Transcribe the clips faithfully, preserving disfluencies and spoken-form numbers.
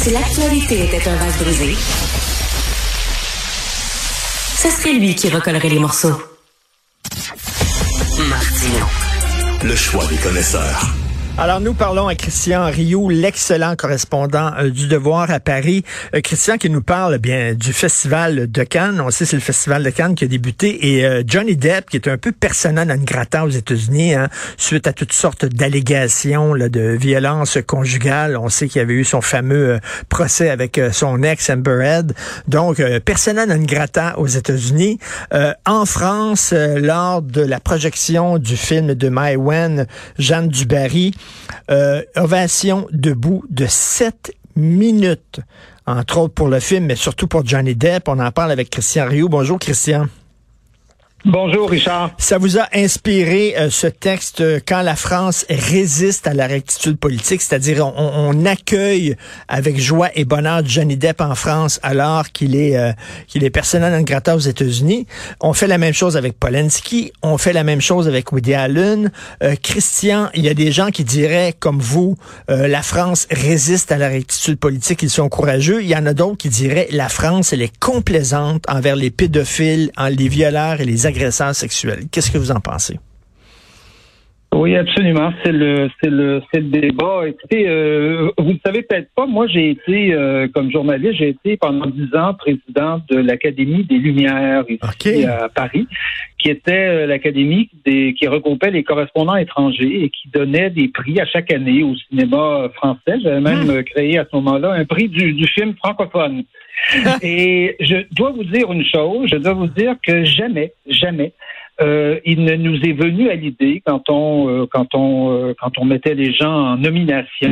Si l'actualité était un vase brisé, ce serait lui qui recollerait les morceaux. Martino. Le choix des connaisseurs. Alors, nous parlons à Christian Rioux, l'excellent correspondant euh, du Devoir à Paris. Euh, Christian qui nous parle bien du Festival de Cannes. On sait c'est le Festival de Cannes qui a débuté. Et euh, Johnny Depp, qui est un peu persona non grata aux États-Unis, hein, suite à toutes sortes d'allégations là, de violence conjugale. On sait qu'il y avait eu son fameux euh, procès avec euh, son ex Amber Heard. Donc, euh, persona non grata aux États-Unis. Euh, en France, euh, lors de la projection du film de Mai Wen, Jeanne du Barry, Euh, ovation debout de sept minutes, entre autres pour le film, mais surtout pour Johnny Depp. On en parle avec Christian Rioux. Bonjour, Christian. Bonjour, Richard. Ça vous a inspiré euh, ce texte euh, quand la France résiste à la rectitude politique, c'est-à-dire on, on accueille avec joie et bonheur Johnny Depp en France alors qu'il est euh, qu'il est persona non grata aux États-Unis. On fait la même chose avec Polanski, on fait la même chose avec Woody Allen. Euh, Christian, il y a des gens qui diraient comme vous, euh, la France résiste à la rectitude politique, ils sont courageux. Il y en a d'autres qui diraient la France elle est complaisante envers les pédophiles, en les violeurs et les agresseurs sexuels. Qu'est-ce que vous en pensez? Oui, absolument. C'est le, c'est le, c'est le débat. Écoutez, euh, vous ne savez peut-être pas, moi j'ai été, euh, comme journaliste, j'ai été pendant dix ans président de l'Académie des Lumières ici okay. à Paris, qui était euh, l'Académie des, qui regroupait les correspondants étrangers et qui donnait des prix à chaque année au cinéma français. J'avais même mmh. créé à ce moment-là un prix du, du film francophone. Et je dois vous dire une chose, je dois vous dire que jamais, jamais, Euh, il ne nous est venu à l'idée quand on euh, quand on euh, quand on mettait les gens en nomination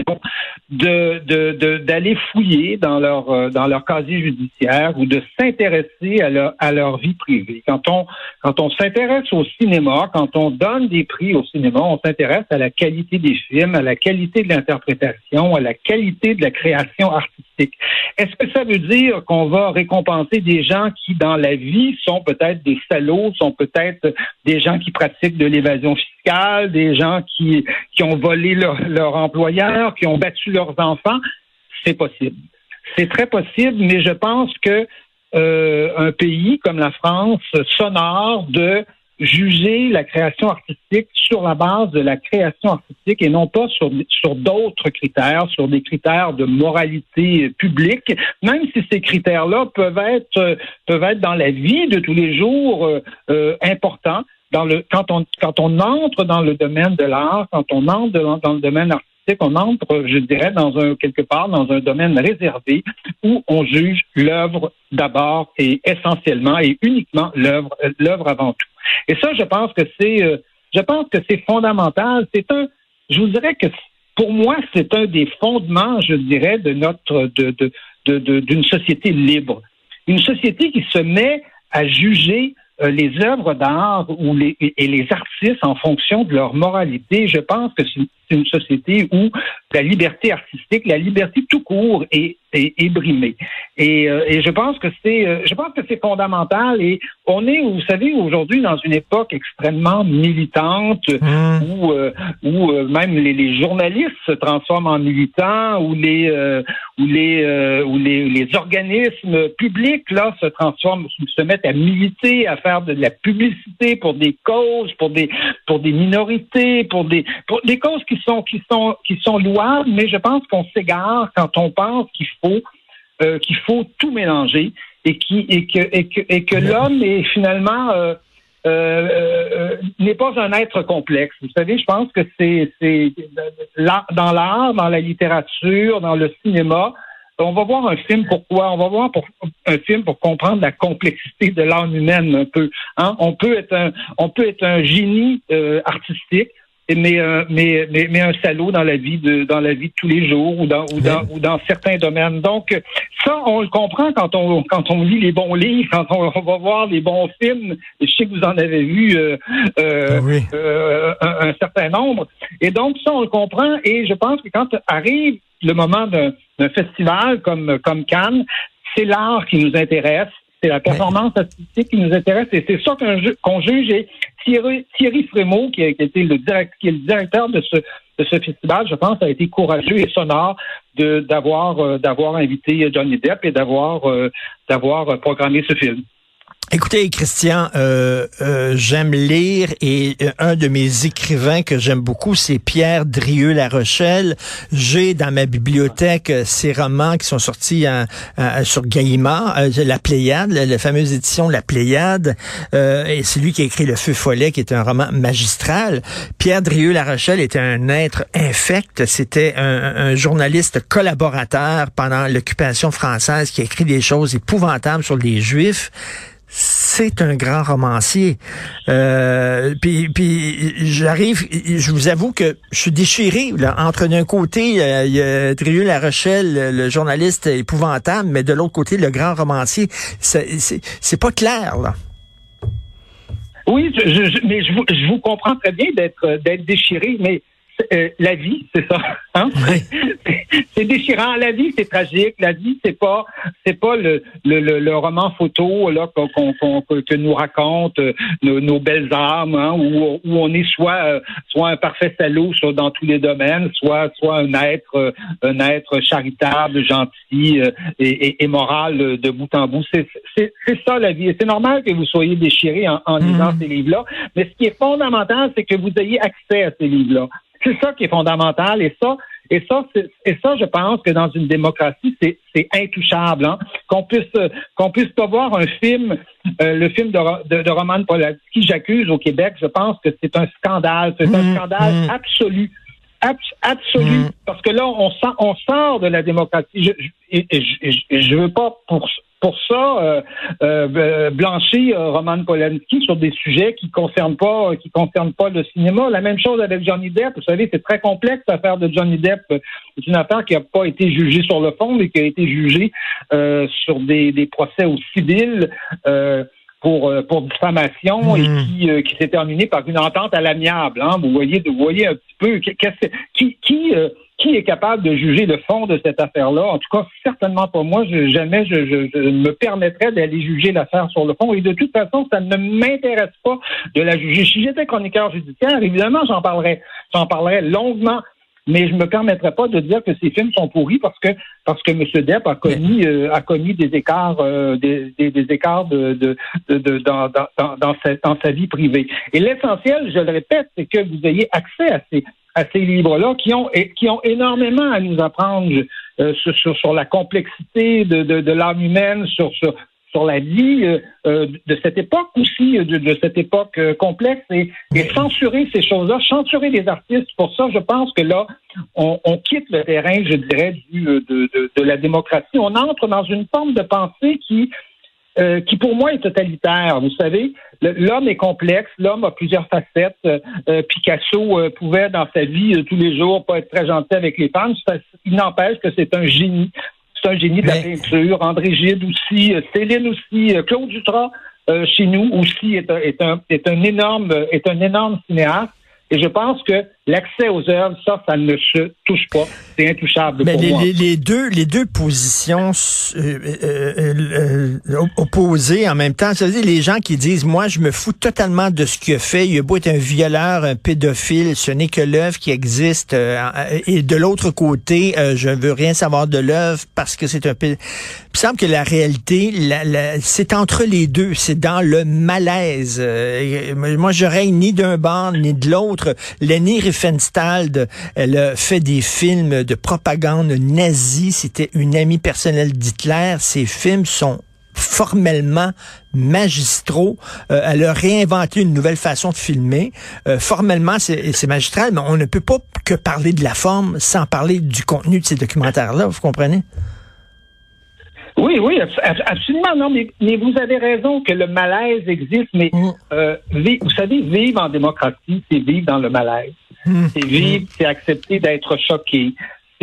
de de, de d'aller fouiller dans leur euh, dans leur casier judiciaire ou de s'intéresser à leur à leur vie privée. Quand on quand on s'intéresse au cinéma, quand on donne des prix au cinéma, on s'intéresse à la qualité des films, à la qualité de l'interprétation, à la qualité de la création artistique. Est-ce que ça veut dire qu'on va récompenser des gens qui dans la vie sont peut-être des salauds, sont peut-être des gens qui pratiquent de l'évasion fiscale, des gens qui qui ont volé leur, leur employeur, qui ont battu leurs enfants? C'est possible. C'est très possible, mais je pense que euh, un pays comme la France s'honore de juger la création artistique sur la base de la création artistique et non pas sur sur d'autres critères, sur des critères de moralité publique, même si ces critères-là peuvent être peuvent être dans la vie de tous les jours euh, euh, importants. Dans le quand on quand on entre dans le domaine de l'art, quand on entre dans, dans le domaine artistique, on entre, je dirais, dans un quelque part dans un domaine réservé où on juge l'œuvre d'abord et essentiellement et uniquement l'œuvre l'œuvre avant tout. Et ça, je pense que c'est, euh, je pense que c'est fondamental. C'est un, je vous dirais que pour moi, c'est un des fondements, je dirais, de notre, de, de, de, de d'une société libre, une société qui se met à juger euh, les œuvres d'art ou les et les artistes en fonction de leur moralité. Je pense que c'est une société où la liberté artistique, la liberté tout court est, est, est brimée. Et, euh, et je pense que c'est, euh, je pense que c'est fondamental. Et on est, vous savez, aujourd'hui dans une époque extrêmement militante mmh. où, euh, où euh, même les, les journalistes se transforment en militants, où les, euh, où les, euh, où les, les organismes publics là se transforment, se mettent à militer, à faire de la publicité pour des causes, pour des, pour des minorités, pour des, pour des causes qui sont qui sont qui sont louables, mais je pense qu'on s'égare quand on pense qu'il faut euh, qu'il faut tout mélanger et qui et que et que et que l'homme est finalement euh, euh, euh, n'est pas un être complexe. Vous savez, je pense que c'est c'est dans l'art, dans la littérature, dans le cinéma. On va voir un film pourquoi? On va voir pour, un film pour comprendre la complexité de l'âme humaine un peu. Hein? On peut être un on peut être un génie euh, artistique. Mais, euh, mais mais mais un salaud dans la vie de dans la vie de tous les jours ou dans ou dans ou dans certains domaines. Donc ça on le comprend quand on quand on lit les bons livres, quand on, on va voir les bons films. Je sais que vous en avez vu euh, euh, oui. euh, un, un certain nombre. Et donc ça on le comprend. Et je pense que quand arrive le moment d'un, d'un festival comme comme Cannes, c'est l'art qui nous intéresse. C'est la performance artistique qui nous intéresse et c'est ça qu'on, qu'on juge. Et Thierry, Thierry Frémaux, qui, a, qui, était le direct, qui est le directeur de ce, de ce festival, je pense, a été courageux et sonore de d'avoir euh, d'avoir invité Johnny Depp et d'avoir euh, d'avoir programmé ce film. Écoutez, Christian, euh, euh, j'aime lire et euh, un de mes écrivains que j'aime beaucoup, c'est Pierre Drieux-La Rochelle. J'ai dans ma bibliothèque euh, ses romans qui sont sortis en, en, sur Gallimard, euh, La Pléiade, la, la fameuse édition La Pléiade. Euh, et c'est lui qui a écrit Le Feu follet, qui est un roman magistral. Pierre Drieux-La Rochelle était un être infect. C'était un, un journaliste collaborateur pendant l'occupation française qui a écrit des choses épouvantables sur les Juifs. C'est un grand romancier. Euh, puis, puis j'arrive, je vous avoue que je suis déchiré là, entre d'un côté euh, il y a Drieux-La Rochelle, le journaliste épouvantable, mais de l'autre côté le grand romancier. C'est, c'est, c'est pas clair là. Oui, je, je, mais je vous, je vous comprends très bien d'être d'être déchiré, mais Euh, la vie, c'est ça. Hein? Oui. C'est déchirant. La vie, c'est tragique. La vie, c'est pas, c'est pas le, le, le, le roman photo là qu'on, qu'on, qu'on, que nous raconte euh, nos, nos belles âmes, hein, où, où on est soit, euh, soit un parfait salaud soit dans tous les domaines, soit, soit un être, euh, un être charitable, gentil euh, et, et, et moral euh, de bout en bout. C'est, c'est, c'est ça la vie. Et c'est normal que vous soyez déchiré en, en lisant mmh. ces livres-là. Mais ce qui est fondamental, c'est que vous ayez accès à ces livres-là. C'est ça qui est fondamental et ça, et ça, c'est, et ça, je pense que dans une démocratie, c'est, c'est intouchable, hein? Qu'on puisse, qu'on puisse pas voir un film, euh, le film de, de, de Roman Polanski, J'accuse au Québec, je pense que c'est un scandale, c'est mmh, un scandale mmh. absolu. Abs- absolu, mmh. parce que là, on, sort, on sort de la démocratie. Je, je, et, et, je, je veux pas pour pour ça euh, euh, blanchir euh, Roman Polanski sur des sujets qui concernent pas qui concernent pas le cinéma. La même chose avec Johnny Depp. Vous savez, c'est très complexe l'affaire de Johnny Depp. C'est une affaire qui n'a pas été jugée sur le fond, mais qui a été jugée euh, sur des, des procès au civil. Euh, pour pour diffamation mmh. et qui euh, qui s'est terminé par une entente à l'amiable. Hein. Vous voyez, vous voyez un petit peu qui qui euh, qui est capable de juger le fond de cette affaire-là. En tout cas, certainement pas moi. Je, jamais je, je, je me permettrais d'aller juger l'affaire sur le fond. Et de toute façon, ça ne m'intéresse pas de la juger. Si j'étais chroniqueur judiciaire, évidemment, j'en parlerais, j'en parlerais longuement. Mais je me permettrais pas de dire que ces films sont pourris parce que parce que M. Depp a commis euh, a commis des écarts euh, des, des, des écarts de, de, de, de dans, dans, dans, sa, dans sa vie privée. Et l'essentiel, je le répète, c'est que vous ayez accès à ces à ces livres-là qui ont qui ont énormément à nous apprendre euh, sur, sur sur la complexité de de, de l'âme humaine, sur sur sur la vie euh, de cette époque aussi, de, de cette époque euh, complexe, et, et censurer ces choses-là, censurer les artistes. Pour ça, je pense que là, on, on quitte le terrain, je dirais, du, de, de, de la démocratie. On entre dans une forme de pensée qui, euh, qui pour moi, est totalitaire. Vous savez, le, l'homme est complexe, l'homme a plusieurs facettes. Euh, Picasso euh, pouvait, dans sa vie, euh, tous les jours, pas être très gentil avec les femmes. Ça, il n'empêche que c'est un génie. C'est un génie de la Mais... peinture. André Gide aussi, Céline aussi, Claude Dutras euh, chez nous aussi est un, est un est un énorme est un énorme cinéaste. Et je pense que l'accès aux œuvres, ça, ça ne se touche pas. C'est intouchable Mais pour les, moi. Les, les deux, les deux positions euh, euh, euh, opposées en même temps. Ça veut dire les gens qui disent, moi, je me fous totalement de ce qu'il a fait. Il a beau être un violeur, un pédophile, ce n'est que l'œuvre qui existe. Euh, et de l'autre côté, euh, je veux rien savoir de l'œuvre parce que c'est un pédophile. Il me semble que la réalité, la, la, c'est entre les deux. C'est dans le malaise. Euh, moi, je règne ni d'un bord ni de l'autre. Leni Riefenstahl, elle a fait des films de propagande nazie. C'était une amie personnelle d'Hitler. Ces films sont formellement magistraux. Euh, elle a réinventé une nouvelle façon de filmer. Euh, formellement, c'est, c'est magistral, mais on ne peut pas que parler de la forme sans parler du contenu de ces documentaires-là. Vous comprenez? Oui, oui, absolument. Non, mais, mais vous avez raison que le malaise existe, mais mmh. euh, vous savez, vivre en démocratie, c'est vivre dans le malaise. Mmh. C'est vivre, c'est accepter d'être choqué.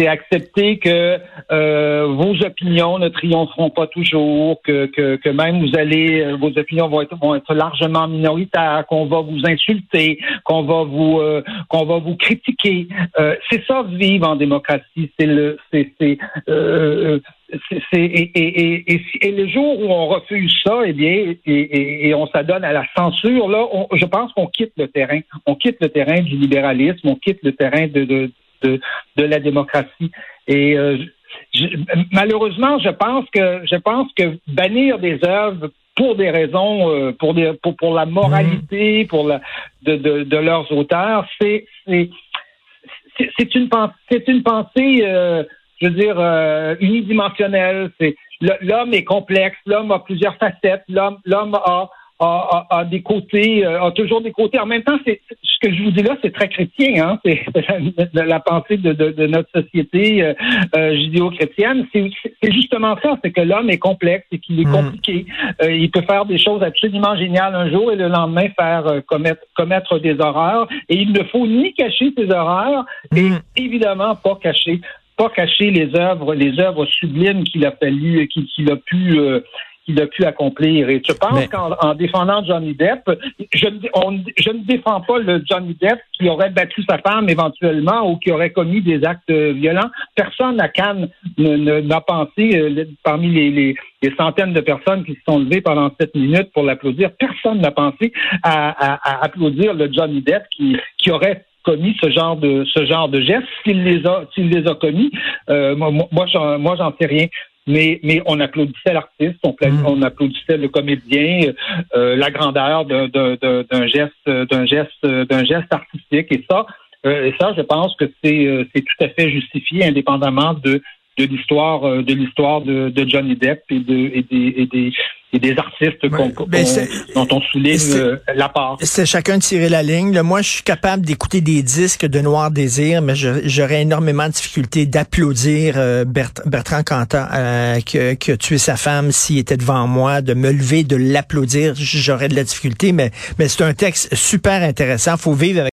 c'est accepter que euh, vos opinions ne triompheront pas toujours, que, que, que même vous allez, vos opinions vont être, vont être largement minoritaires, qu'on va vous insulter, qu'on va vous, euh, qu'on va vous critiquer. Euh, c'est ça vivre en démocratie. C'est le, c'est, c'est, euh, c'est, c'est et, et, et, et le jour où on refuse ça, eh bien, et, et, et on s'adonne à la censure, là, on, je pense qu'on quitte le terrain. On quitte le terrain du libéralisme, on quitte le terrain de, de, de, de la démocratie. Et euh, je, malheureusement, je pense que je pense que bannir des œuvres pour des raisons, euh, pour des pour, pour la moralité, pour la de, de, de leurs auteurs, c'est c'est c'est, c'est une pensée, c'est une pensée, euh, je veux dire, euh, unidimensionnelle. C'est l'homme est complexe, l'homme a plusieurs facettes, l'homme l'homme a A, a, a des côtés, euh, a toujours des côtés. En même temps, c'est ce que je vous dis là, c'est très chrétien, hein. C'est la, la pensée de, de, de notre société euh, euh, judéo-chrétienne. C'est, c'est justement ça, c'est que l'homme est complexe et qu'il est mmh. compliqué. Euh, il peut faire des choses absolument géniales un jour et le lendemain faire euh, commettre commettre des horreurs. Et il ne faut ni cacher ces horreurs mmh. et évidemment pas cacher pas cacher les œuvres les œuvres sublimes qu'il a fallu qu'il, qu'il a pu euh, qu'il a pu accomplir. Et je pense Mais... qu'en en défendant Johnny Depp, je, on, je ne défends pas le Johnny Depp qui aurait battu sa femme éventuellement ou qui aurait commis des actes violents. Personne à Cannes ne, ne, n'a pensé, euh, parmi les, les, les centaines de personnes qui se sont levées pendant sept minutes pour l'applaudir, personne n'a pensé à, à, à applaudir le Johnny Depp qui, qui aurait commis ce genre de ce genre de gestes. S'il les a s'il les a commis, euh, moi, moi j'en, moi j'en sais rien. Mais, mais on applaudissait l'artiste, on, mmh. on applaudissait le comédien, euh, la grandeur d'un, d'un, d'un geste, d'un geste, d'un geste artistique. Et ça, euh, et ça, je pense que c'est, c'est tout à fait justifié, indépendamment de, de l'histoire, de l'histoire de, de Johnny Depp et de, et des, et des, et des artistes qu'on, qu'on, dont on souligne euh, la part. C'est chacun de tirer la ligne. Là, moi, je suis capable d'écouter des disques de Noir Désir, mais je, j'aurais énormément de difficulté d'applaudir euh, Bert, Bertrand Cantat euh, qui, qui a tué sa femme s'il était devant moi, de me lever, de l'applaudir. J'aurais de la difficulté, mais, mais c'est un texte super intéressant. Faut vivre avec